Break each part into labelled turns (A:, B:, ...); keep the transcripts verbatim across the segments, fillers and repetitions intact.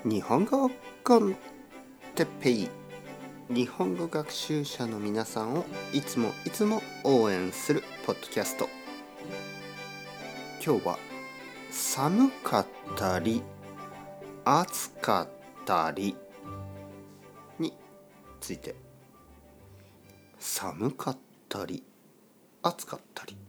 A: 日本語コンテッペイ、日本語学習者の皆さんをいつもいつも応援するポッドキャスト。今日は寒かったり暑かったりについて。寒かったり暑かったり、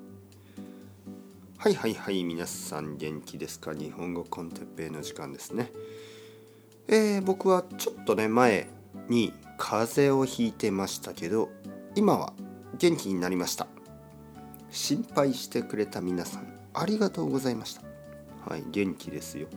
A: はいはいはい、皆さん元気ですか？日本語コンテッペイの時間ですね。えー、僕はちょっとね前に風邪をひいてましたけど、今は元気になりました。心配してくれた皆さんありがとうございました。はい、元気ですよ。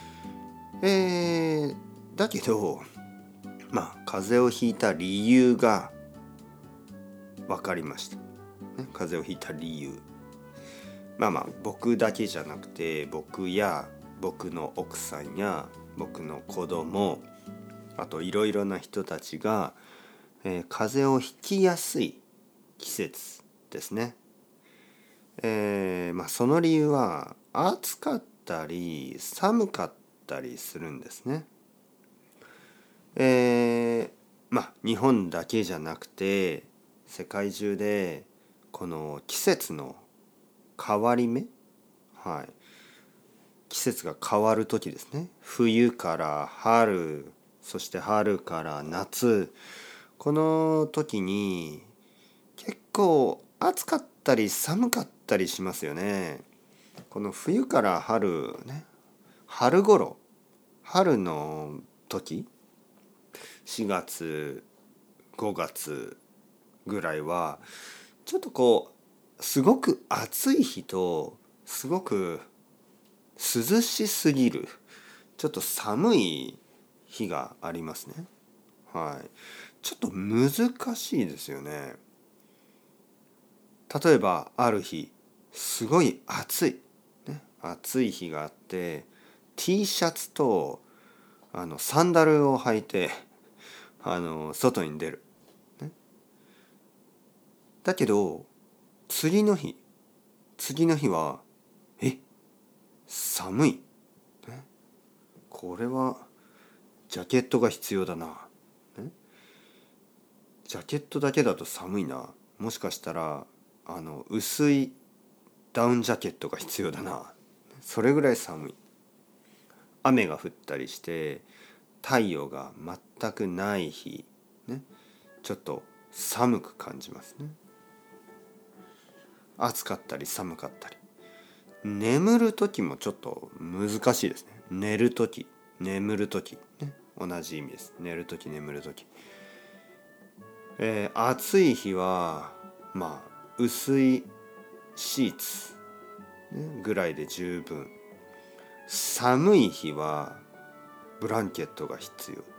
A: えー、だけどまあ風邪をひいた理由が分かりました、ね、風邪をひいた理由、まあまあ僕だけじゃなくて、僕や僕の奥さんや僕の子供、あといろいろな人たちが、えー、風邪をひきやすい季節ですね。えー、まあその理由は暑かったり寒かったりするんですね。えー、まあ日本だけじゃなくて世界中でこの季節の変わり目、はい、季節が変わる時ですね。冬から春、そして春から夏、この時に結構暑かったり寒かったりしますよね。この冬から春ね、春頃、春の時、しがつごがつぐらいはちょっとこうすごく暑い日とすごく涼しすぎるちょっと寒い日がありますね。はい、ちょっと難しいですよね。例えばある日すごい暑い、ね、暑い日があって T シャツとあのサンダルを履いてあの外に出る、ね、だけど次の日次の日はえ寒い、ね、これはジャケットが必要だな、ね、ジャケットだけだと寒いな、もしかしたらあの薄いダウンジャケットが必要だな、それぐらい寒い。雨が降ったりして太陽が全くない日、ね、ちょっと寒く感じますね。暑かったり寒かったり、眠る時もちょっと難しいですね。寝る時眠る時、ね、同じ意味です。寝る時眠る時、えー、暑い日はまあ薄いシーツ、ね、ぐらいで十分。寒い日はブランケットが必要。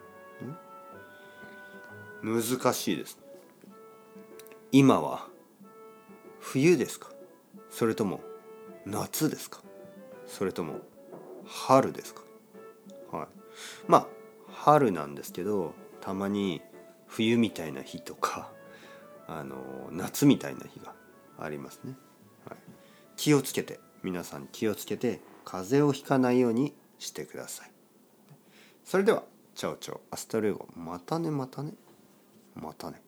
A: 難しいです。今は冬ですか、それとも夏ですか、それとも春ですか。はい、まあ春なんですけど、たまに冬みたいな日とかあの夏みたいな日がありますね。はい、気をつけて、皆さん気をつけて風邪をひかないようにしてください。それではチャオチャオ、アスタルエゴ、またねまたねまたね。